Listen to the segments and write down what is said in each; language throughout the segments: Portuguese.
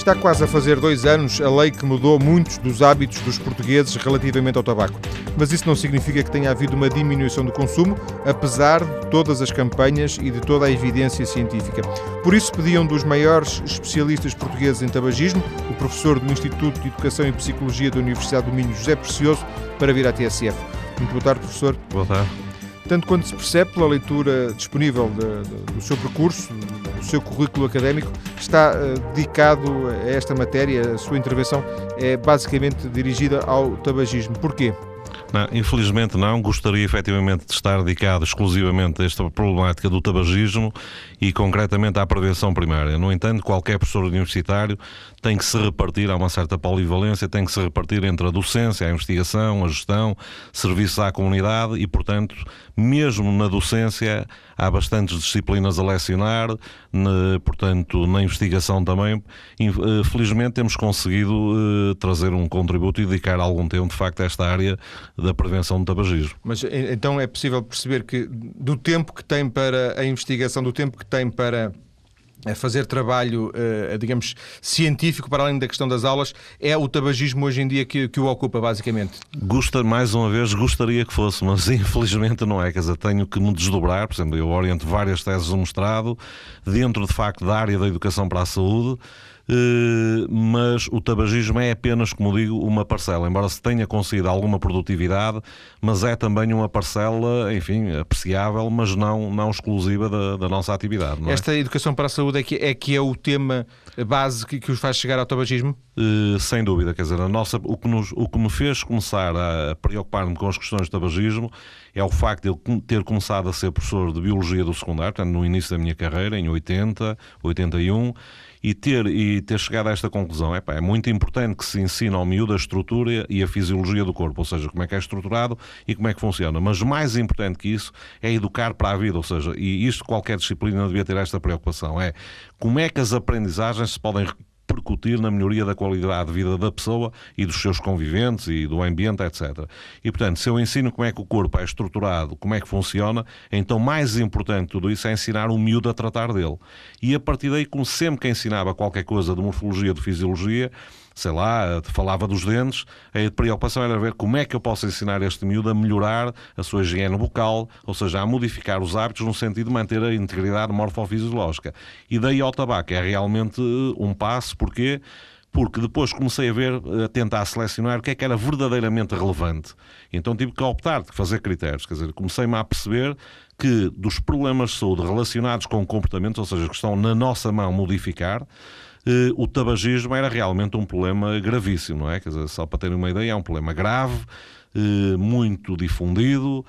Está quase a fazer 2 anos a lei que mudou muitos dos hábitos dos portugueses relativamente ao tabaco. Mas isso não significa que tenha havido uma diminuição do consumo, apesar de todas as campanhas e de toda a evidência científica. Por isso pedi a um dos maiores especialistas portugueses em tabagismo, o professor do Instituto de Educação e Psicologia da Universidade do Minho, José Precioso, para vir à TSF. Muito boa tarde, professor. Boa tarde. Tanto quanto se percebe pela leitura disponível do seu percurso, do seu currículo académico, está dedicado a esta matéria. A sua intervenção é basicamente dirigida ao tabagismo. Porquê? Não, infelizmente não. Gostaria efetivamente de estar dedicado exclusivamente a esta problemática do tabagismo e concretamente à prevenção primária. No entanto, qualquer professor universitário tem que se repartir, há uma certa polivalência, tem que se repartir entre a docência, a investigação, a gestão, serviços à comunidade e, portanto, mesmo na docência há bastantes disciplinas a lecionar, portanto, na investigação também. Felizmente temos conseguido trazer um contributo e dedicar algum tempo, de facto, a esta área da prevenção do tabagismo. Mas então é possível perceber que do tempo que tem para a investigação, do tempo que tem para fazer trabalho, digamos, científico, para além da questão das aulas, é o tabagismo hoje em dia que o ocupa, basicamente? Mais uma vez, gostaria que fosse, mas infelizmente não é. Quer dizer, tenho que me desdobrar. Por exemplo, eu oriento várias teses de mestrado dentro, de facto, da área da educação para a saúde, mas o tabagismo é apenas, como digo, uma parcela, embora se tenha conseguido alguma produtividade, mas é também uma parcela, enfim, apreciável, mas não exclusiva da nossa atividade. Não é? Esta educação para a saúde é que é o tema base que os faz chegar ao tabagismo? Sem dúvida, quer dizer, o que me fez começar a preocupar-me com as questões de tabagismo é o facto de eu ter começado a ser professor de Biologia do secundário, portanto, no início da minha carreira, em 80, 81, e ter chegado a esta conclusão. É muito importante que se ensine ao miúdo a estrutura e a fisiologia do corpo, ou seja, como é que é estruturado e como é que funciona. Mas mais importante que isso é educar para a vida, ou seja, e isto qualquer disciplina devia ter esta preocupação, é como é que as aprendizagens se podem repercutir na melhoria da qualidade de vida da pessoa e dos seus conviventes e do ambiente, etc. E, portanto, se eu ensino como é que o corpo é estruturado, como é que funciona, então mais importante de tudo isso é ensinar o miúdo a tratar dele. E a partir daí, como sempre que ensinava qualquer coisa de morfologia, de fisiologia, sei lá, falava dos dentes, a preocupação era ver como é que eu posso ensinar este miúdo a melhorar a sua higiene bucal, ou seja, a modificar os hábitos no sentido de manter a integridade morfofisiológica. E daí ao tabaco é realmente um passo. Porquê? Porque depois comecei a tentar selecionar o que era verdadeiramente relevante. Então tive que optar, de fazer critérios. Quer dizer, comecei-me a perceber que dos problemas de saúde relacionados com comportamentos, ou seja, que estão na nossa mão modificar, o tabagismo era realmente um problema gravíssimo, não é? Quer dizer, só para terem uma ideia, é um problema grave, muito difundido,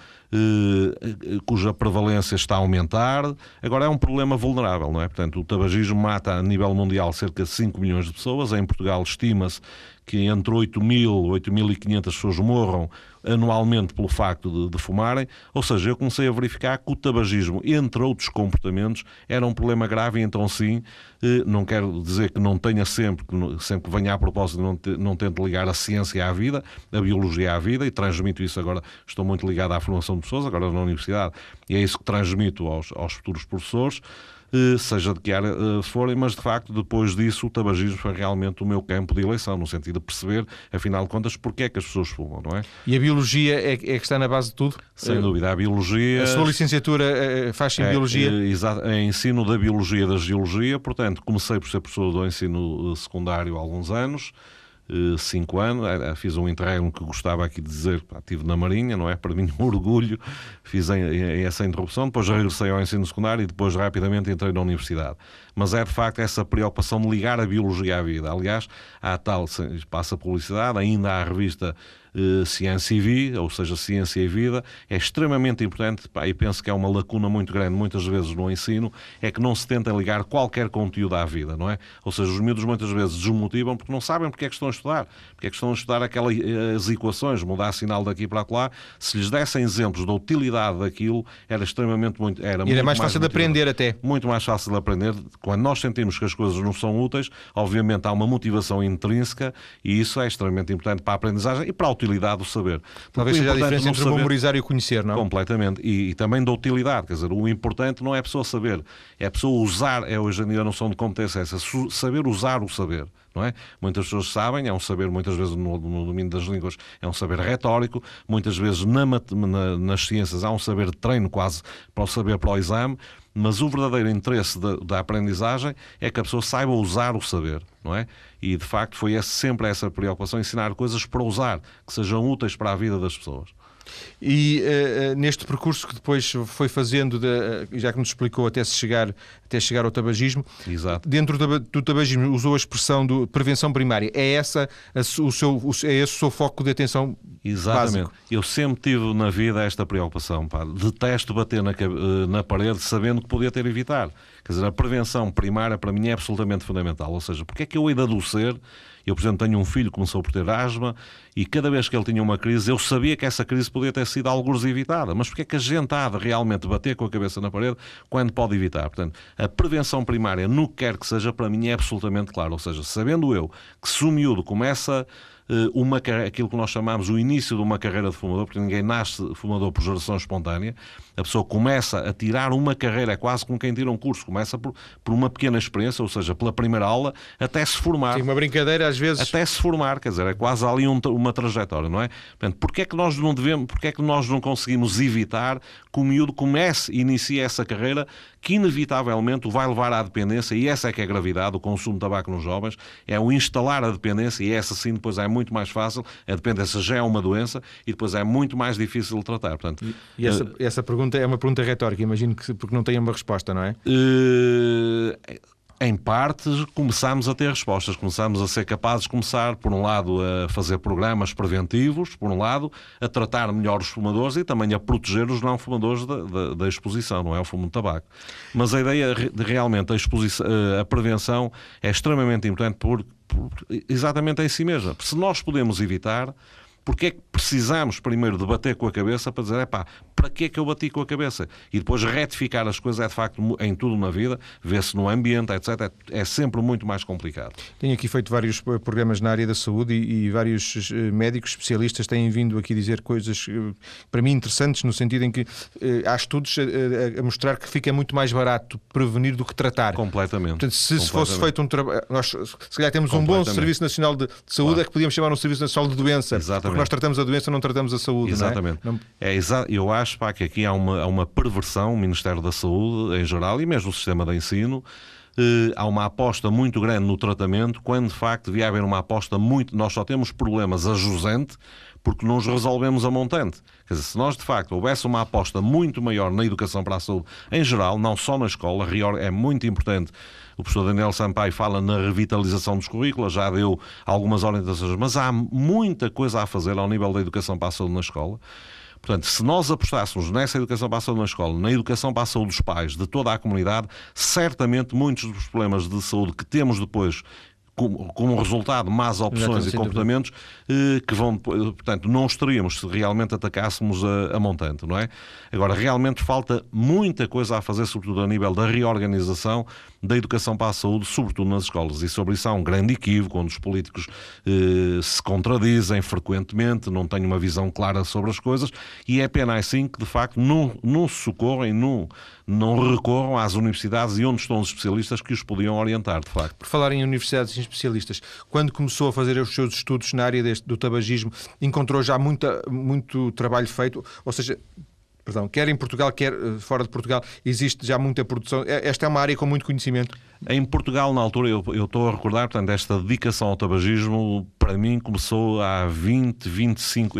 cuja prevalência está a aumentar. Agora é um problema vulnerável, não é? Portanto, o tabagismo mata a nível mundial cerca de 5 milhões de pessoas. Em Portugal estima-se que entre 8.500 pessoas morram anualmente pelo facto de fumarem. Ou seja, eu comecei a verificar que o tabagismo, entre outros comportamentos, era um problema grave. E então sim, não quero dizer que não tenha sempre que venha a propósito, não tente ligar a ciência à vida, a biologia à vida, e transmito isso agora. Estou muito ligado à formação de pessoas, agora na universidade, e é isso que transmito aos futuros professores, seja de que área forem, mas de facto depois disso o tabagismo foi realmente o meu campo de eleição, no sentido de perceber, afinal de contas, porque é que as pessoas fumam, não é? E a biologia é que está na base de tudo? Sem dúvida, a biologia... A sua licenciatura faz-se em biologia? Exato, é ensino da biologia e da geologia, portanto comecei por ser professor do ensino secundário há alguns anos, 5 anos, fiz um interregno que gostava aqui de dizer, estive na Marinha, não é? Para mim um orgulho, fiz essa interrupção, depois regressei ao ensino secundário e depois rapidamente entrei na universidade. Mas é de facto essa preocupação de ligar a biologia à vida. Aliás, há tal, passa a publicidade, ainda há a revista Ciência e Vida, ou seja, Ciência e Vida, é extremamente importante, e penso que é uma lacuna muito grande muitas vezes no ensino, é que não se tenta ligar qualquer conteúdo à vida, não é? Ou seja, os miúdos muitas vezes desmotivam porque não sabem porque é que estão a estudar, porque é que estão a estudar aquelas equações, mudar sinal daqui para lá. Se lhes dessem exemplos da utilidade daquilo, era extremamente muito... Era mais fácil de aprender até. Muito mais fácil de aprender. Quando nós sentimos que as coisas não são úteis, obviamente há uma motivação intrínseca e isso é extremamente importante para a aprendizagem e para a utilidade do saber. Talvez seja a diferença entre o memorizar e o conhecer, não? Completamente. E também da utilidade. Quer dizer, o importante não é a pessoa saber, é a pessoa usar. Hoje em dia a noção de competência é essa, saber usar o saber. não é? Muitas pessoas sabem, é um saber, muitas vezes no domínio das línguas, é um saber retórico, muitas vezes nas ciências há um saber de treino quase para o saber para o exame, mas o verdadeiro interesse da aprendizagem é que a pessoa saiba usar o saber, não é? E, de facto, foi sempre essa preocupação, ensinar coisas para usar, que sejam úteis para a vida das pessoas. E neste percurso que depois foi fazendo, já que nos explicou, até chegar ao tabagismo, exato, dentro do tabagismo usou a expressão de prevenção primária. É esse o seu foco de atenção? Exatamente. Básico? Eu sempre tive na vida esta preocupação. Detesto bater na parede sabendo que podia ter de evitar. Quer dizer, a prevenção primária para mim é absolutamente fundamental. Ou seja, porque é que eu hei de adoecer? Eu, por exemplo, tenho um filho que começou por ter asma e cada vez que ele tinha uma crise, eu sabia que essa crise podia ter sido algures evitada. Mas porque é que a gente há de realmente bater com a cabeça na parede quando pode evitar? Portanto, a prevenção primária, no que quer que seja, para mim é absolutamente claro. Ou seja, sabendo eu que se o miúdo começa aquilo que nós chamamos o início de uma carreira de fumador, porque ninguém nasce fumador por geração espontânea, a pessoa começa a tirar uma carreira, é quase como quem tira um curso, começa por uma pequena experiência, ou seja, pela primeira aula, até se formar. Sim, uma brincadeira às vezes. Até se formar, quer dizer, é quase ali uma trajetória, não é? Portanto, porque é que nós não conseguimos evitar que o miúdo comece e inicie essa carreira que inevitavelmente o vai levar à dependência, e essa é que é a gravidade, o consumo de tabaco nos jovens, é o instalar a dependência, e essa sim depois é muito mais fácil, a dependência já é uma doença e depois é muito mais difícil de tratar. Portanto, e essa pergunta é uma pergunta retórica, imagino que porque não tem uma resposta, não é? Em parte, começámos a ter respostas, começámos a ser capazes de começar, por um lado, a fazer programas preventivos, por um lado, a tratar melhor os fumadores e também a proteger os não-fumadores da exposição, não é? O fumo de tabaco. Mas a ideia de realmente a prevenção é extremamente importante exatamente em si mesma. Porque se nós podemos evitar, porque é que precisamos primeiro de bater com a cabeça para dizer, para que é que eu bati com a cabeça? E depois retificar as coisas é de facto em tudo na vida, vê-se no ambiente, etc. É sempre muito mais complicado. Tenho aqui feito vários programas na área da saúde e vários médicos especialistas têm vindo aqui dizer coisas para mim interessantes, no sentido em que há estudos a mostrar que fica muito mais barato prevenir do que tratar. Completamente. Portanto, se fosse feito um trabalho... Nós, se calhar, temos um bom Serviço Nacional de Saúde, claro. É que podíamos chamar um Serviço Nacional de Doença. Exatamente. Porque nós tratamos a doença, não tratamos a saúde. Exatamente. Não é? Eu acho que aqui há uma perversão, o Ministério da Saúde em geral e mesmo o sistema de ensino. Há uma aposta muito grande no tratamento, quando de facto devia haver uma aposta muito... Nós só temos problemas a jusante porque não os resolvemos a montante. Quer dizer, se nós de facto houvesse uma aposta muito maior na educação para a saúde em geral, não só na escola, é muito importante. O professor Daniel Sampaio fala na revitalização dos currículos, já deu algumas orientações, mas há muita coisa a fazer ao nível da educação para a saúde na escola. Portanto, se nós apostássemos nessa educação para a saúde na escola, na educação para a saúde dos pais, de toda a comunidade, certamente muitos dos problemas de saúde que temos depois, como resultado, más opções e comportamentos que vão, portanto, não os teríamos se realmente atacássemos a montante, não é? Agora, realmente falta muita coisa a fazer, sobretudo a nível da reorganização da educação para a saúde, sobretudo nas escolas. E sobre isso há um grande equívoco, onde os políticos se contradizem frequentemente, não têm uma visão clara sobre as coisas, e é pena assim que, de facto, não se socorrem, não recorram às universidades e onde estão os especialistas que os podiam orientar, de facto. Por falar em universidades e especialistas, quando começou a fazer os seus estudos na área do tabagismo, encontrou já muito trabalho feito, ou seja, quer em Portugal, quer fora de Portugal, existe já muita produção. Esta é uma área com muito conhecimento. Em Portugal, na altura, eu estou a recordar, portanto, esta dedicação ao tabagismo, para mim, começou há entre 25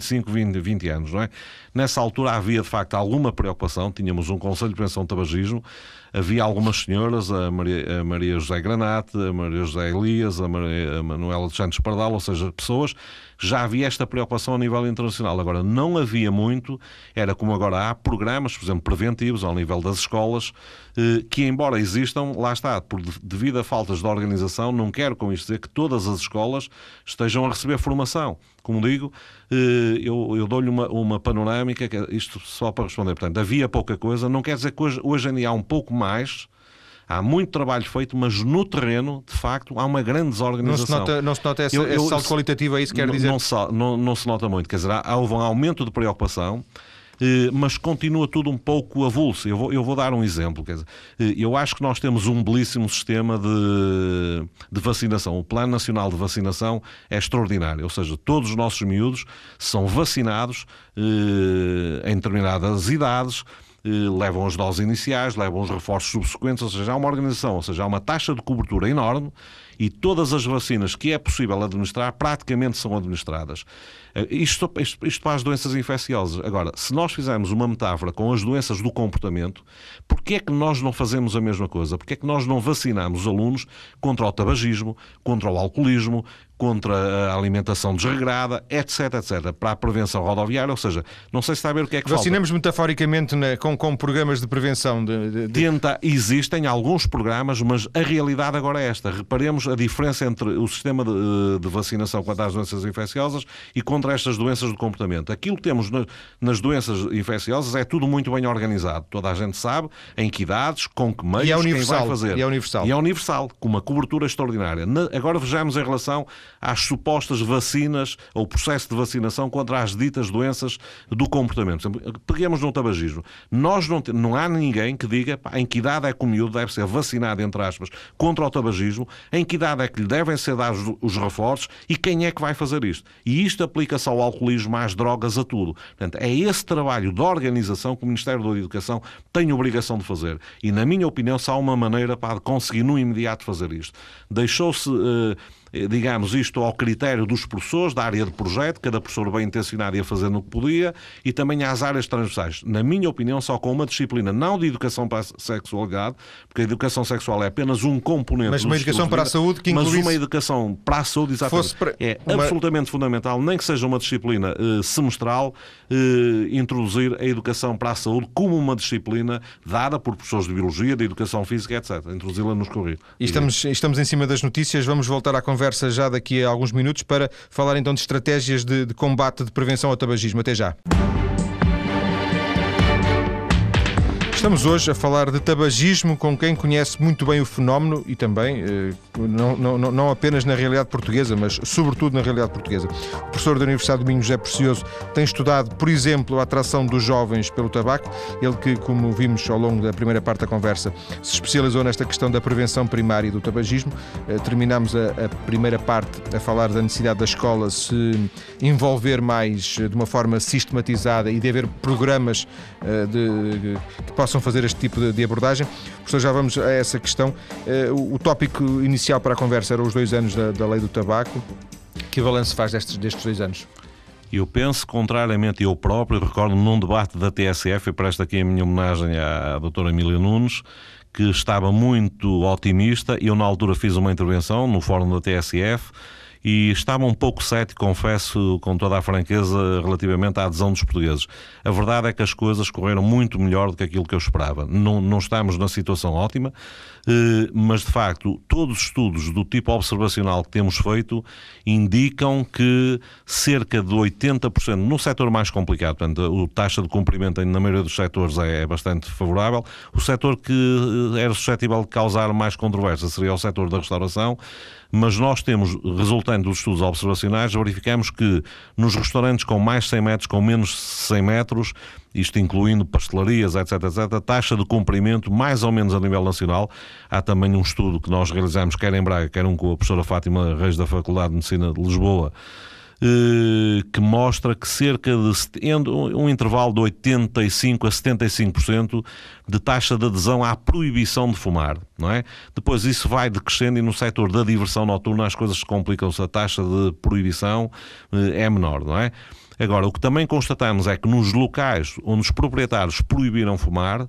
e 20 anos, não é? Nessa altura havia, de facto, alguma preocupação, tínhamos um Conselho de Prevenção do Tabagismo, havia algumas senhoras, a Maria José Granate, a Maria José Elias, a Manuela de Santos Pardal, ou seja, pessoas, já havia esta preocupação a nível internacional. Agora, não havia muito, era como agora há programas, por exemplo, preventivos ao nível das escolas, que embora existam, lá está, devido a faltas de organização, não quero com isto dizer que todas as escolas estejam a receber formação. Como digo, eu dou-lhe uma panorâmica, isto só para responder. Portanto, havia pouca coisa, não quer dizer que hoje em dia há um pouco mais, há muito trabalho feito, mas no terreno, de facto, há uma grande desorganização. Não se nota esse salto qualitativo, é isso que quer dizer? Não se nota muito, quer dizer, houve um aumento de preocupação. mas continua tudo um pouco avulso. Eu vou dar um exemplo. Quer dizer, eu acho que nós temos um belíssimo sistema de vacinação. O Plano Nacional de Vacinação é extraordinário, ou seja, todos os nossos miúdos são vacinados em determinadas idades, levam as doses iniciais, levam os reforços subsequentes, ou seja, há uma organização, ou seja, há uma taxa de cobertura enorme e todas as vacinas que é possível administrar praticamente são administradas. Isto para as doenças infecciosas. Agora, se nós fizermos uma metáfora com as doenças do comportamento, porquê é que nós não fazemos a mesma coisa? Porquê é que nós não vacinamos os alunos contra o tabagismo, contra o alcoolismo, contra a alimentação desregrada, etc, etc, para a prevenção rodoviária? Ou seja, não sei se está a ver o que é que vacinamos falta. metaforicamente com programas de prevenção. Existem alguns programas, mas a realidade agora é esta. Reparemos a diferença entre o sistema de vacinação contra as doenças infecciosas e contra estas doenças do comportamento. Aquilo que temos nas doenças infecciosas é tudo muito bem organizado. Toda a gente sabe em que idades, com que meios, quem vai fazer. E é universal. E é universal, com uma cobertura extraordinária. Agora vejamos em relação às supostas vacinas, ou processo de vacinação contra as ditas doenças do comportamento. Peguemos no tabagismo. Não há ninguém que diga em que idade é que o miúdo deve ser vacinado, entre aspas, contra o tabagismo, em que idade é que lhe devem ser dados os reforços e quem é que vai fazer isto. E isto aplica-se ao alcoolismo, às drogas, a tudo. Portanto, é esse trabalho de organização que o Ministério da Educação tem obrigação de fazer. E, na minha opinião, só há uma maneira de conseguir no imediato fazer isto. Deixou-se digamos, isto ao critério dos professores da área de projeto, cada professor bem intencionado ia fazendo o que podia, e também às áreas transversais. Na minha opinião, só com uma disciplina não de educação para a sexualidade, porque a educação sexual é apenas um componente. Mas uma educação para a saúde que incluísse... Mas uma educação para a saúde, exatamente. É absolutamente fundamental, nem que seja uma disciplina semestral, introduzir a educação para a saúde como uma disciplina dada por professores de biologia, de educação física, etc. Introduzi-la nos currículos. E estamos em cima das notícias, vamos voltar à conversa já daqui a alguns minutos para falar então de estratégias de combate, de prevenção ao tabagismo. Até já. Estamos hoje a falar de tabagismo com quem conhece muito bem o fenómeno e também, não apenas na realidade portuguesa, mas sobretudo na realidade portuguesa. O professor da Universidade Domingos José Precioso tem estudado, por exemplo, a atração dos jovens pelo tabaco. Ele que, como vimos ao longo da primeira parte da conversa, se especializou nesta questão da prevenção primária do tabagismo. Terminamos a primeira parte a falar da necessidade da escola se envolver mais de uma forma sistematizada e de haver programas que possam fazer este tipo de abordagem. Professor, já vamos a essa questão. O tópico inicial para a conversa era os 2 anos da lei do tabaco. Que balanço faz destes 2 anos? Eu penso, contrariamente eu próprio, recordo-me num debate da TSF, e presto aqui a minha homenagem à doutora Emília Nunes, que estava muito otimista. Eu, na altura, fiz uma intervenção no fórum da TSF e estava um pouco cético, confesso, com toda a franqueza, relativamente à adesão dos portugueses. A verdade é que as coisas correram muito melhor do que aquilo que eu esperava. Não estamos na situação ótima, mas, de facto, todos os estudos do tipo observacional que temos feito indicam que cerca de 80%, no setor mais complicado, portanto, a taxa de cumprimento na maioria dos setores é bastante favorável. O setor que era suscetível de causar mais controvérsia seria o setor da restauração, mas nós temos, resultante dos estudos observacionais, verificamos que nos restaurantes com mais 100 metros, com menos 100 metros, isto incluindo pastelarias, etc, etc, a taxa de cumprimento, mais ou menos a nível nacional. Há também um estudo que nós realizamos, quer em Braga, quer com a professora Fátima Reis da Faculdade de Medicina de Lisboa, que mostra que cerca de um intervalo de 85% a 75% de taxa de adesão à proibição de fumar, não é? Depois isso vai decrescendo e no setor da diversão noturna as coisas se complicam-se, a taxa de proibição é menor, não é? Agora, o que também constatamos é que nos locais onde os proprietários proibiram fumar,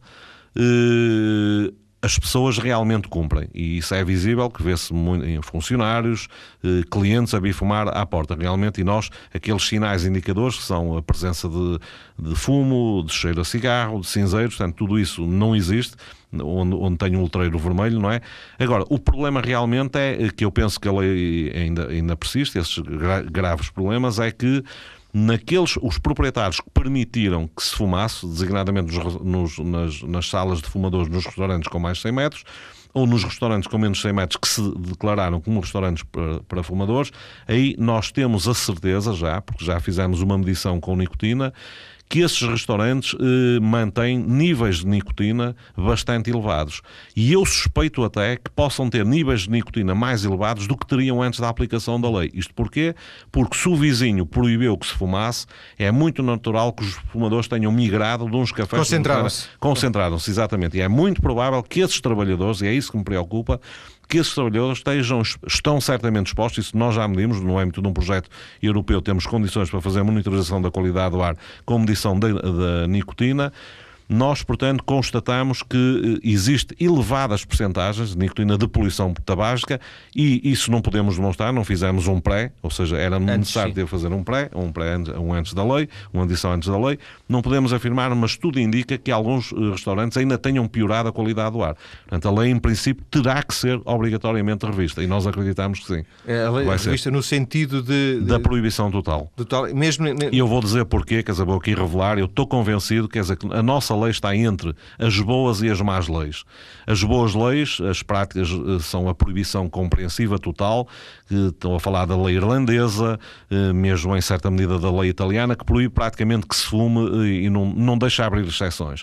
as pessoas realmente cumprem, e isso é visível, que vê-se em funcionários, clientes a vir fumar à porta realmente, e nós, aqueles sinais indicadores que são a presença de fumo, de cheiro a cigarro, de cinzeiros, portanto tudo isso não existe onde tem um letreiro vermelho, não é? Agora, o problema realmente é, que eu penso que a lei ainda persiste, esses graves problemas, é que os proprietários que permitiram que se fumasse, designadamente nas salas de fumadores, nos restaurantes com mais de 100 metros, ou nos restaurantes com menos de 100 metros que se declararam como restaurantes para fumadores, aí nós temos a certeza já, porque já fizemos uma medição com nicotina, que esses restaurantes mantêm níveis de nicotina bastante elevados. E eu suspeito até que possam ter níveis de nicotina mais elevados do que teriam antes da aplicação da lei. Isto porquê? Porque se o vizinho proibiu que se fumasse, é muito natural que os fumadores tenham migrado de uns cafés... Concentraram-se, exatamente. E é muito provável que esses trabalhadores, e é isso que me preocupa, que esses trabalhadores estão certamente expostos, isso nós já medimos, no âmbito de um projeto europeu temos condições para fazer a monitorização da qualidade do ar com medição da nicotina. Nós, portanto, constatamos que existe elevadas percentagens de nicotina de poluição tabágica e isso não podemos demonstrar, não fizemos um pré, ou seja, era necessário ter fazer um pré antes da lei, uma adição antes da lei. Não podemos afirmar, mas tudo indica que alguns restaurantes ainda tenham piorado a qualidade do ar. Portanto, a lei, em princípio, terá que ser obrigatoriamente revista e nós acreditamos que sim. A lei revista no sentido da proibição total. Mesmo... E eu vou dizer porquê, quer dizer, vou aqui revelar, eu estou convencido, quer dizer, que a nossa lei está entre as boas e as más leis. As boas leis, as práticas são a proibição compreensiva total, estão a falar da lei irlandesa, mesmo em certa medida da lei italiana, que proíbe praticamente que se fume e não deixa abrir exceções.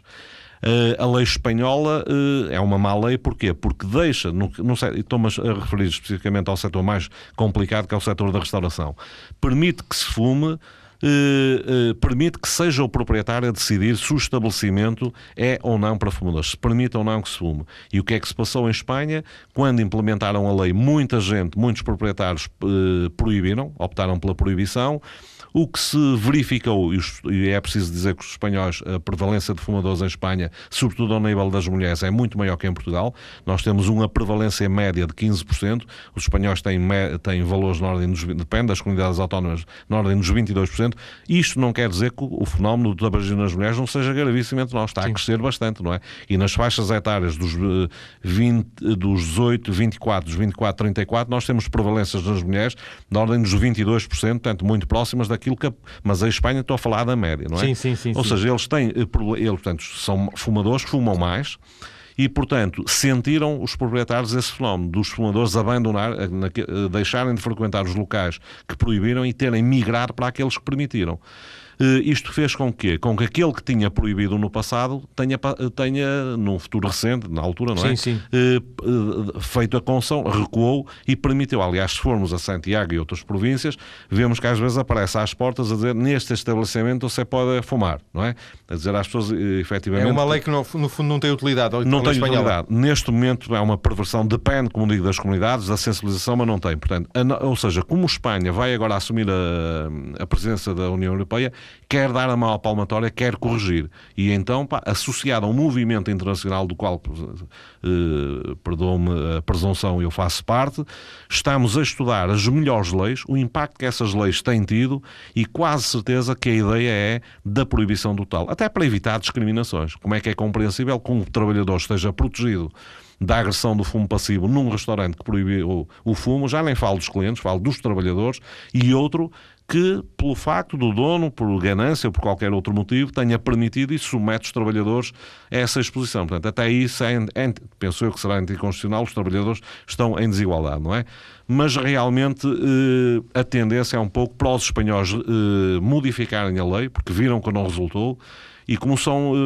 A lei espanhola é uma má lei, porquê? Porque deixa, estou-me a referir especificamente ao setor mais complicado, que é o setor da restauração, permite que se fume, permite que seja o proprietário a decidir se o estabelecimento é ou não para fumadores, se permite ou não que se fume. E o que é que se passou em Espanha? Quando implementaram a lei, muitos proprietários proibiram, optaram pela proibição. O que se verificou, e é preciso dizer que os espanhóis, a prevalência de fumadores em Espanha, sobretudo ao nível das mulheres, é muito maior que em Portugal. Nós temos uma prevalência média de 15%. Os espanhóis têm valores na ordem depende das comunidades autónomas, na ordem dos 22%. Isto não quer dizer que o fenómeno do tabagismo nas mulheres não seja gravíssimo entre nós. Está a crescer bastante, não é? E nas faixas etárias dos 18, 24, dos 24, 34, nós temos prevalências nas mulheres na ordem dos 22%, portanto, muito próximas daquilo que... Mas a Espanha, estou a falar da média, não é? Sim. Ou seja, eles portanto, são fumadores que fumam mais e, portanto, sentiram os proprietários esse fenómeno dos fumadores deixarem de frequentar os locais que proibiram e terem migrado para aqueles que permitiram. Isto fez com que aquele que tinha proibido no passado tenha num futuro recente, na altura, não é? Sim. Feito a concessão, recuou e permitiu. Aliás, se formos a Santiago e outras províncias, vemos que às vezes aparece às portas a dizer neste estabelecimento você pode fumar, não é? A dizer às pessoas, efetivamente... É uma lei que no fundo não tem utilidade. Não tem utilidade. Neste momento é uma perversão, depende, como digo, das comunidades, da sensibilização, mas não tem. Portanto, ou seja, como Espanha vai agora assumir a presidência da União Europeia, quer dar a mão à palmatória, quer corrigir. E então, associado a um movimento internacional do qual, perdoe-me a presunção, eu faço parte, estamos a estudar as melhores leis, o impacto que essas leis têm tido e quase certeza que a ideia é da proibição total. Até para evitar discriminações. Como é que é compreensível que um trabalhador esteja protegido da agressão do fumo passivo num restaurante que proibiu o fumo, já nem falo dos clientes, falo dos trabalhadores, e outro que, pelo facto do dono, por ganância ou por qualquer outro motivo, tenha permitido e submete os trabalhadores a essa exposição. Portanto, até isso penso eu que será anticonstitucional, os trabalhadores estão em desigualdade, não é? Mas realmente a tendência é um pouco para os espanhóis modificarem a lei, porque viram que não resultou, e como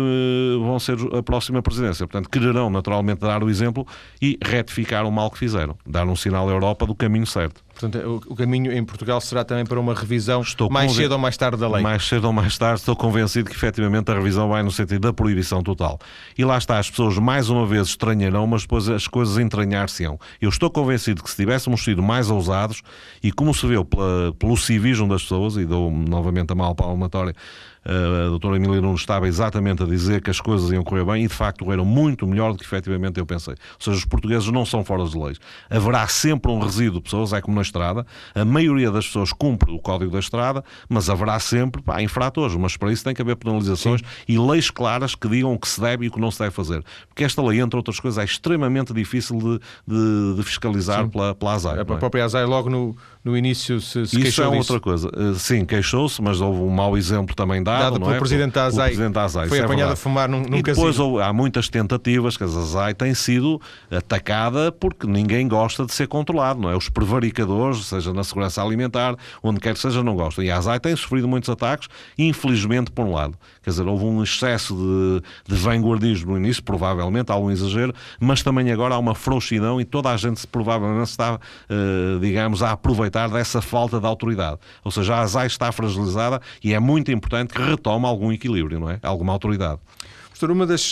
vão ser a próxima presidência. Portanto, quererão naturalmente dar o exemplo e retificar o mal que fizeram. Dar um sinal à Europa do caminho certo. Portanto, o caminho em Portugal será também para uma revisão mais cedo ou mais tarde da lei? Mais cedo ou mais tarde, estou convencido que efetivamente a revisão vai no sentido da proibição total. E lá está, as pessoas mais uma vez estranharão, mas depois as coisas entranhar-se-ão. Eu estou convencido que se tivéssemos sido mais ousados, e como se vê pelo civismo das pessoas, e dou novamente a mão palmatória, a doutora Emília Nunes estava exatamente a dizer que as coisas iam correr bem e de facto correram muito melhor do que efetivamente eu pensei. Ou seja, os portugueses não são fora das leis. Haverá sempre um resíduo de pessoas, é como na estrada, a maioria das pessoas cumpre o código da estrada, mas haverá sempre infratores, mas para isso tem que haver penalizações e leis claras que digam o que se deve e o que não se deve fazer. Porque esta lei, entre outras coisas, é extremamente difícil de fiscalizar pela ASAI. A própria ASAI logo no início se queixou disso. Isso é outra coisa. Sim, queixou-se, mas houve um mau exemplo também dado pelo presidente da ASAI. Foi apanhado a fumar num casino. E depois há muitas tentativas, que a ASAI tem sido atacada porque ninguém gosta de ser controlado, não é? Os prevaricadores hoje, seja na segurança alimentar, onde quer que seja, não gostam. E a ASAI tem sofrido muitos ataques, infelizmente, por um lado. Quer dizer, houve um excesso de vanguardismo no início, provavelmente, há um exagero, mas também agora há uma frouxidão e toda a gente provavelmente está, digamos, a aproveitar dessa falta de autoridade. Ou seja, a ASAI está fragilizada e é muito importante que retome algum equilíbrio, não é? Alguma autoridade. Professor, uma das...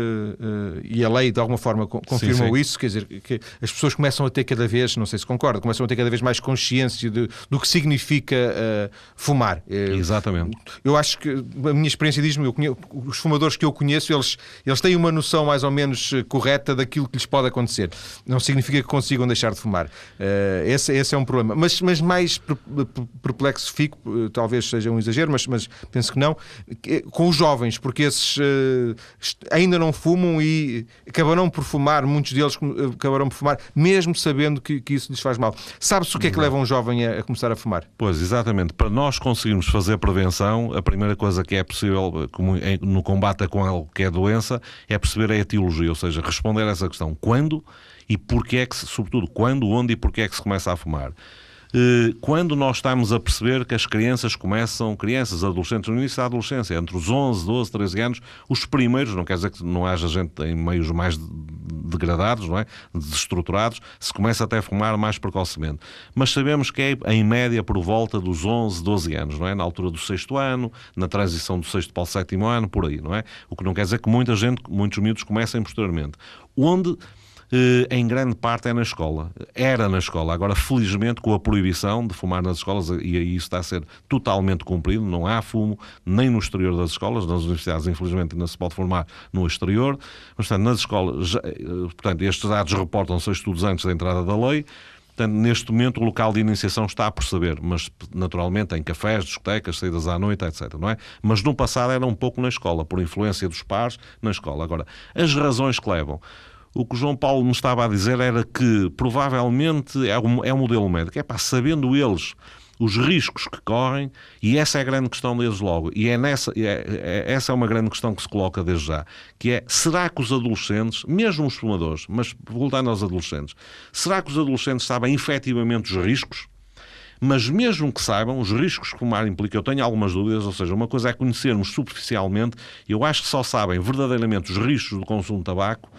e a lei, de alguma forma, confirmou isso, quer dizer, que as pessoas começam a ter cada vez, não sei se concorda, começam a ter cada vez mais consciência do que significa fumar. Exatamente. Eu acho que, a minha experiência diz-me, os fumadores que eu conheço, eles têm uma noção mais ou menos correta daquilo que lhes pode acontecer. Não significa que consigam deixar de fumar. Esse é um problema. Mas mais perplexo fico, talvez seja um exagero, mas penso que não, com os jovens, porque esses... ainda não fumam e acabarão por fumar, muitos deles acabarão por fumar, mesmo sabendo que isso lhes faz mal. Sabe-se o que é que leva um jovem a começar a fumar? Pois, exatamente. Para nós conseguirmos fazer prevenção, a primeira coisa que é possível no combate a qualquer doença é perceber a etiologia, ou seja, responder a essa questão. Quando e porquê é que, sobretudo, quando, onde e porquê é que se começa a fumar? Quando nós estamos a perceber que as crianças, adolescentes, no início da adolescência, entre os 11, 12, 13 anos, os primeiros, não quer dizer que não haja gente em meios mais degradados, não é? Desestruturados, se começa até a fumar mais precocemente. Mas sabemos que é, em média, por volta dos 11, 12 anos, não é? Na altura do 6º ano, na transição do 6º para o 7º ano, por aí, não é? O que não quer dizer que muitos miúdos comecem posteriormente. Onde... em grande parte é na escola. Era na escola. Agora, felizmente, com a proibição de fumar nas escolas, e aí isso está a ser totalmente cumprido, não há fumo nem no exterior das escolas. Nas universidades, infelizmente, ainda se pode fumar no exterior. Mas, portanto, nas escolas, portanto, estes dados reportam-se a estudos antes da entrada da lei. Portanto, neste momento, o local de iniciação está por saber, mas naturalmente em cafés, discotecas, saídas à noite, etc. Não é? Mas no passado era um pouco na escola, por influência dos pares na escola. Agora, as razões que levam... O que o João Paulo me estava a dizer era que provavelmente é um modelo médico. Sabendo eles os riscos que correm, e essa é a grande questão deles logo. E essa é uma grande questão que se coloca desde já, que é, será que os adolescentes, mesmo os fumadores, mas voltando aos adolescentes, será que os adolescentes sabem efetivamente os riscos? Mas mesmo que saibam os riscos que fumar implica, eu tenho algumas dúvidas, ou seja, uma coisa é conhecermos superficialmente, eu acho que só sabem verdadeiramente os riscos do consumo de tabaco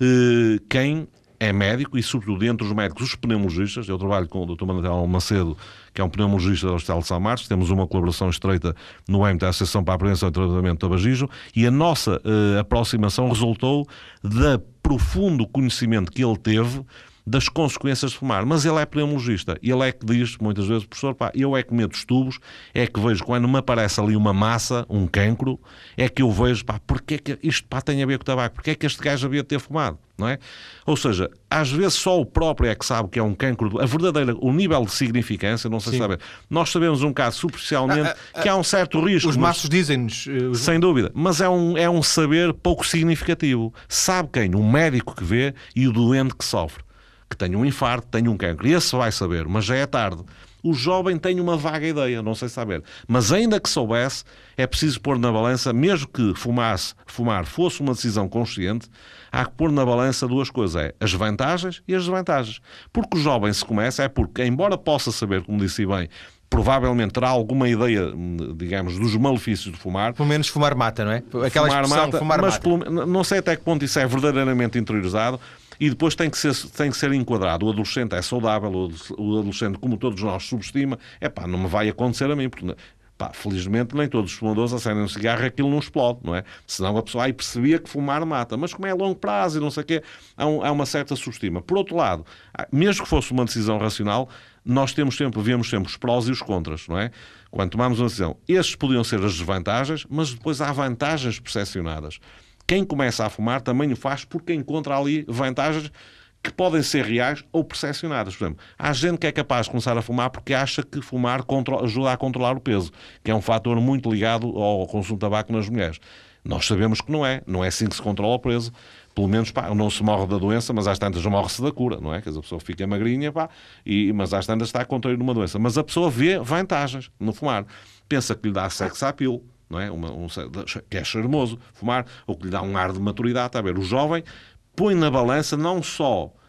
quem é médico e, sobretudo, entre os médicos, os pneumologistas. Eu trabalho com o Dr. Manuel Macedo, que é um pneumologista do Hospital de São Marcos. Temos uma colaboração estreita no âmbito da Associação para a Prevenção e Tratamento do Tabagismo, e a nossa aproximação resultou do profundo conhecimento que ele teve das consequências de fumar. Mas ele é pneumologista. Ele é que diz, muitas vezes, professor, eu é que meto os tubos, é que vejo quando me aparece ali uma massa, um cancro, é que eu vejo, porque é que isto tem a ver com o tabaco? Porque é que este gajo havia de ter fumado? Não é? Ou seja, às vezes só o próprio é que sabe que é um cancro, o nível de significância, não sei se saber. Nós sabemos um caso superficialmente que há um certo risco. Os maços dizem-nos... Sem dúvida, mas é um saber pouco significativo. Sabe quem? O médico que vê e o doente que sofre. Que tenha um infarto, tenha um cancro. Esse vai saber, mas já é tarde. O jovem tem uma vaga ideia, não sei saber. Mas ainda que soubesse, é preciso pôr na balança, mesmo que fumar fosse uma decisão consciente, há que pôr na balança duas coisas, as vantagens e as desvantagens. Porque o jovem se começa, porque, embora possa saber, como disse bem, provavelmente terá alguma ideia, digamos, dos malefícios de fumar. Pelo menos fumar mata, não é? Aquela fumar mata. Não sei até que ponto isso é verdadeiramente interiorizado. E depois tem que ser enquadrado. O adolescente é saudável, o adolescente, como todos nós, subestima. Não me vai acontecer a mim, porque felizmente nem todos os fumadores acendem um cigarro e aquilo não explode, não é? Senão a pessoa aí percebia que fumar mata. Mas como é a longo prazo e não sei o quê, há uma certa subestima. Por outro lado, mesmo que fosse uma decisão racional, nós vemos sempre os prós e os contras, não é? Quando tomamos uma decisão, estes podiam ser as desvantagens, mas depois há vantagens percepcionadas. Quem começa a fumar também o faz porque encontra ali vantagens que podem ser reais ou percepcionadas. Por exemplo, há gente que é capaz de começar a fumar porque acha que fumar ajuda a controlar o peso, que é um fator muito ligado ao consumo de tabaco nas mulheres. Nós sabemos que não é assim que se controla o peso. Pelo menos, não se morre da doença, mas às tantas morre-se da cura, não é? Quer dizer, a pessoa fica magrinha, mas às tantas está a contrair uma doença. Mas a pessoa vê vantagens no fumar. Pensa que lhe dá sex appeal, não é? Que é charmoso fumar, ou que lhe dá um ar de maturidade. Está a ver? O jovem põe na balança não só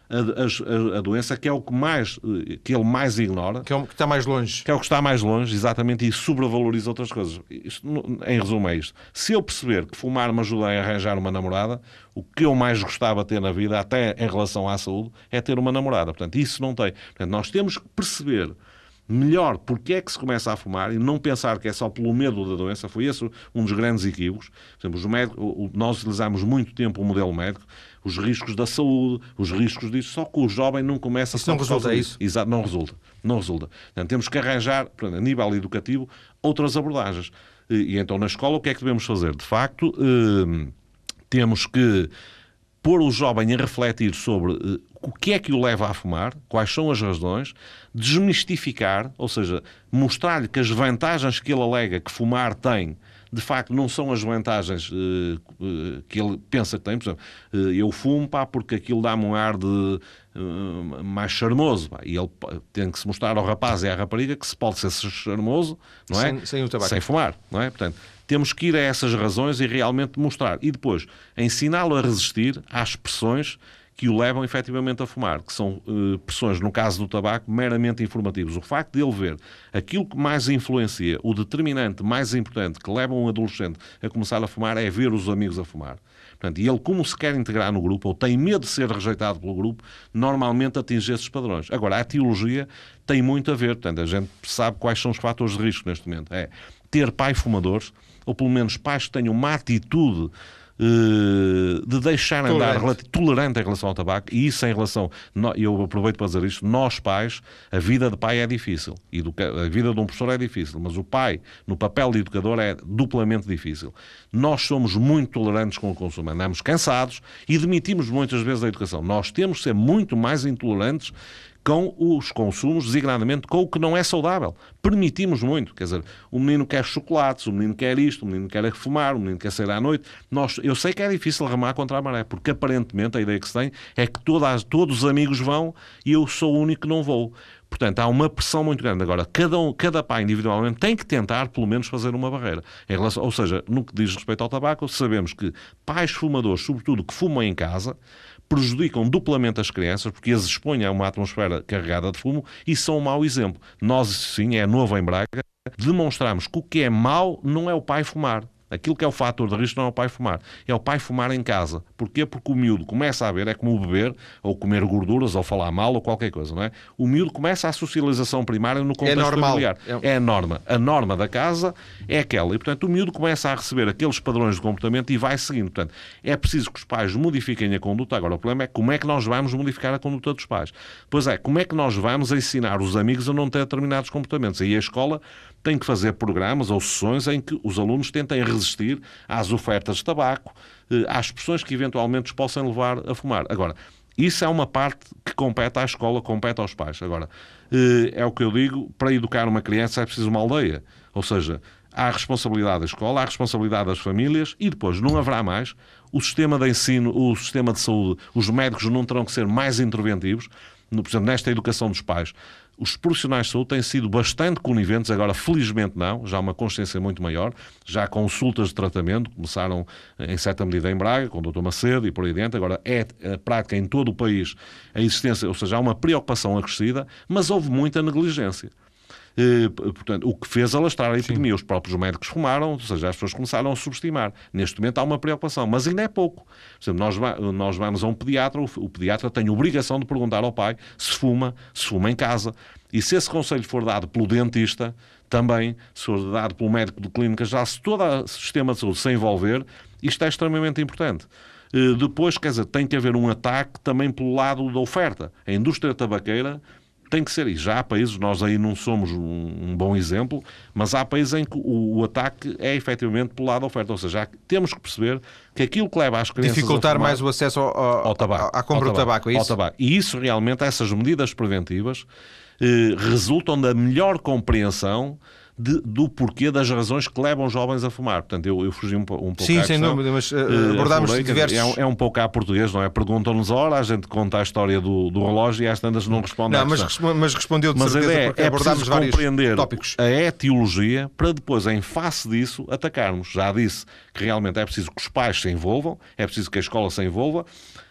a doença, que é o que ele mais ignora. Que é o que está mais longe. Que é o que está mais longe, exatamente, e sobrevaloriza outras coisas. Isto, em resumo, é isto. Se eu perceber que fumar me ajuda a arranjar uma namorada, o que eu mais gostava de ter na vida, até em relação à saúde, é ter uma namorada. Portanto, isso não tem. Portanto, nós temos que perceber melhor porque é que se começa a fumar e não pensar que é só pelo medo da doença. Foi esse um dos grandes equívocos. Por exemplo, os médicos, nós utilizamos muito tempo o modelo médico, os riscos da saúde, os riscos disso, só que o jovem não começa... Isso não resulta, é isso? Exato, não resulta. Portanto, temos que arranjar, a nível educativo, outras abordagens. E então, na escola, o que é que devemos fazer? De facto, temos que pôr o jovem a refletir sobre o que é que o leva a fumar, quais são as razões, desmistificar, ou seja, mostrar-lhe que as vantagens que ele alega que fumar tem, de facto, não são as vantagens que ele pensa que tem. Por exemplo, eu fumo porque aquilo dá-me um ar de mais charmoso. E ele tem que se mostrar ao rapaz e à rapariga que se pode ser charmoso, não é? Sem o tabaco. Sem fumar, não é? Portanto, temos que ir a essas razões e realmente mostrar. E depois, ensiná-lo a resistir às pressões que o levam efetivamente a fumar, que são pressões, no caso do tabaco, meramente informativos. O facto de ele ver aquilo que mais influencia, o determinante mais importante que leva um adolescente a começar a fumar é ver os amigos a fumar. Portanto, e ele, como se quer integrar no grupo, ou tem medo de ser rejeitado pelo grupo, normalmente atinge esses padrões. Agora, a etiologia tem muito a ver. Portanto, a gente sabe quais são os fatores de risco neste momento. É ter pais fumadores, ou pelo menos pais que tenham uma atitude de deixar andar tolerante em relação ao tabaco, e isso em relação, eu aproveito para dizer isto, nós pais, a vida de pai é difícil, a vida de um professor é difícil, mas o pai, no papel de educador, é duplamente difícil. Nós somos muito tolerantes com o consumo, andamos cansados e demitimos muitas vezes a educação. Nós temos que ser muito mais intolerantes com os consumos, designadamente com o que não é saudável. Permitimos muito. Quer dizer, o menino quer chocolates, o menino quer isto, o menino quer fumar, o menino quer sair à noite. Eu sei que é difícil remar contra a maré, porque aparentemente a ideia que se tem é que todos os amigos vão e eu sou o único que não vou. Portanto, há uma pressão muito grande. Agora, cada pai individualmente tem que tentar, pelo menos, fazer uma barreira. Ou seja, no que diz respeito ao tabaco, sabemos que pais fumadores, sobretudo que fumam em casa, prejudicam duplamente as crianças, porque as expõem a uma atmosfera carregada de fumo e são um mau exemplo. Nós, sim, é novo em Braga, demonstramos que o que é mau não é o pai fumar. Aquilo que é o fator de risco não é o pai fumar. É o pai fumar em casa. Porquê? Porque o miúdo começa a ver, é como beber, ou comer gorduras, ou falar mal, ou qualquer coisa, não é? O miúdo começa a socialização primária no contexto familiar. É a norma. A norma da casa é aquela. E, portanto, o miúdo começa a receber aqueles padrões de comportamento e vai seguindo. Portanto, é preciso que os pais modifiquem a conduta. Agora, o problema é como é que nós vamos modificar a conduta dos pais. Pois é, como é que nós vamos ensinar os amigos a não ter determinados comportamentos? Aí a escola tem que fazer programas ou sessões em que os alunos tentem resistir às ofertas de tabaco, às pressões que eventualmente os possam levar a fumar. Agora, isso é uma parte que compete à escola, compete aos pais. Agora, é o que eu digo, para educar uma criança é preciso uma aldeia. Ou seja, há a responsabilidade da escola, há a responsabilidade das famílias e depois não haverá mais. O sistema de ensino, o sistema de saúde, os médicos não terão que ser mais interventivos. Por exemplo, nesta educação dos pais, os profissionais de saúde têm sido bastante coniventes, agora felizmente não, já há uma consciência muito maior, já há consultas de tratamento, começaram em certa medida em Braga, com o Dr. Macedo e por aí dentro, agora é a prática em todo o país a existência, ou seja, há uma preocupação acrescida, mas houve muita negligência. Portanto, o que fez alastrar a epidemia. Sim. Os próprios médicos fumaram, ou seja, as pessoas começaram a subestimar. Neste momento há uma preocupação, mas ainda é pouco. Por exemplo, nós vamos a um pediatra, o pediatra tem a obrigação de perguntar ao pai se fuma em casa. E se esse conselho for dado pelo dentista, também, se for dado pelo médico de clínica, já se todo o sistema de saúde se envolver, isto é extremamente importante. Depois, quer dizer, tem que haver um ataque também pelo lado da oferta. A indústria tabaqueira tem que ser, e já há países, nós aí não somos um bom exemplo, mas há países em que o ataque é efetivamente pelo lado da oferta. Ou seja, temos que perceber que aquilo que leva as crianças dificultar a fumar, mais o acesso ao tabaco, à compra do tabaco, é isso? E isso realmente, essas medidas preventivas, resultam da melhor compreensão do porquê das razões que levam os jovens a fumar. Portanto, eu fugi um pouco Sim, à sem questão. dúvida, mas abordámos diversos... É um pouco à português, não é? Perguntam-nos a hora, a gente conta a história do relógio e às tantas não respondem à questão. Mas respondeu de certeza, porque abordámos vários tópicos. A etiologia para depois, em face disso, atacarmos. Já disse que realmente é preciso que os pais se envolvam, é preciso que a escola se envolva,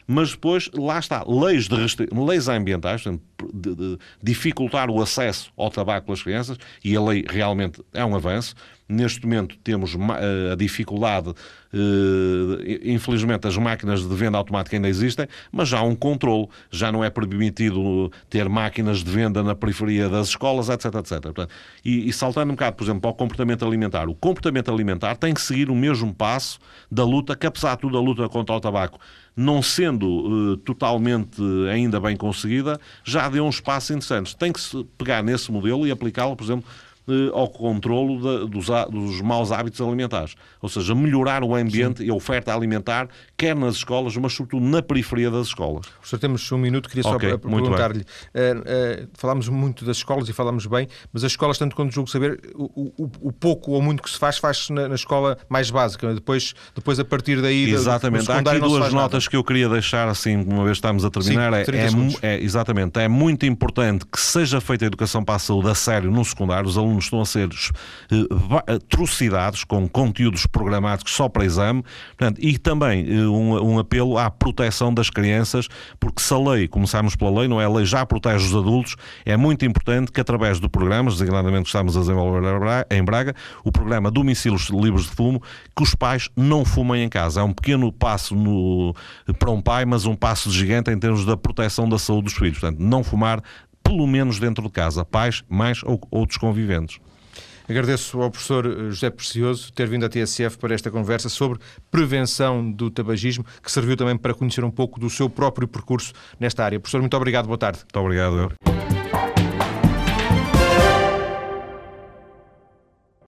Mas depois, lá está, leis ambientais, portanto, de dificultar o acesso ao tabaco pelas crianças, e a lei realmente é um avanço. Neste momento temos a dificuldade, infelizmente as máquinas de venda automática ainda existem, mas já há um controle, já não é permitido ter máquinas de venda na periferia das escolas, etc, etc. Portanto, e saltando um bocado, por exemplo, para o comportamento alimentar, o comportamento alimentar tem que seguir o mesmo passo da luta, que apesar de tudo a luta contra o tabaco não sendo totalmente ainda bem conseguida, já deu uns passos interessantes. Tem que se pegar nesse modelo e aplicá-lo, por exemplo, ao controlo dos maus hábitos alimentares. Ou seja, melhorar o ambiente e a oferta alimentar, quer nas escolas, mas sobretudo na periferia das escolas. Professor, temos um minuto, queria só perguntar-lhe. Falámos muito das escolas e falámos bem, mas as escolas, tanto quanto julgo saber, o pouco ou muito que se faz na escola mais básica. Depois a partir daí... Exatamente. Há aqui duas notas que eu queria deixar, assim, uma vez estamos a terminar. Exatamente. É muito importante que seja feita a educação para a saúde a sério no secundário. Os alunos estão a ser trucidados com conteúdos programáticos só para exame, portanto, e também um apelo à proteção das crianças, porque se a lei, começarmos pela lei, não é? A lei já protege os adultos, é muito importante que através de programas, designadamente que estamos a desenvolver em Braga, o programa Domicílios Livres de Fumo, que os pais não fumem em casa. É um pequeno passo para um pai, mas um passo gigante em termos da proteção da saúde dos filhos. Portanto, não fumar pelo menos dentro de casa, pais, mais ou outros conviventes. Agradeço ao professor José Precioso ter vindo à TSF para esta conversa sobre prevenção do tabagismo, que serviu também para conhecer um pouco do seu próprio percurso nesta área. Professor, muito obrigado, boa tarde. Muito obrigado.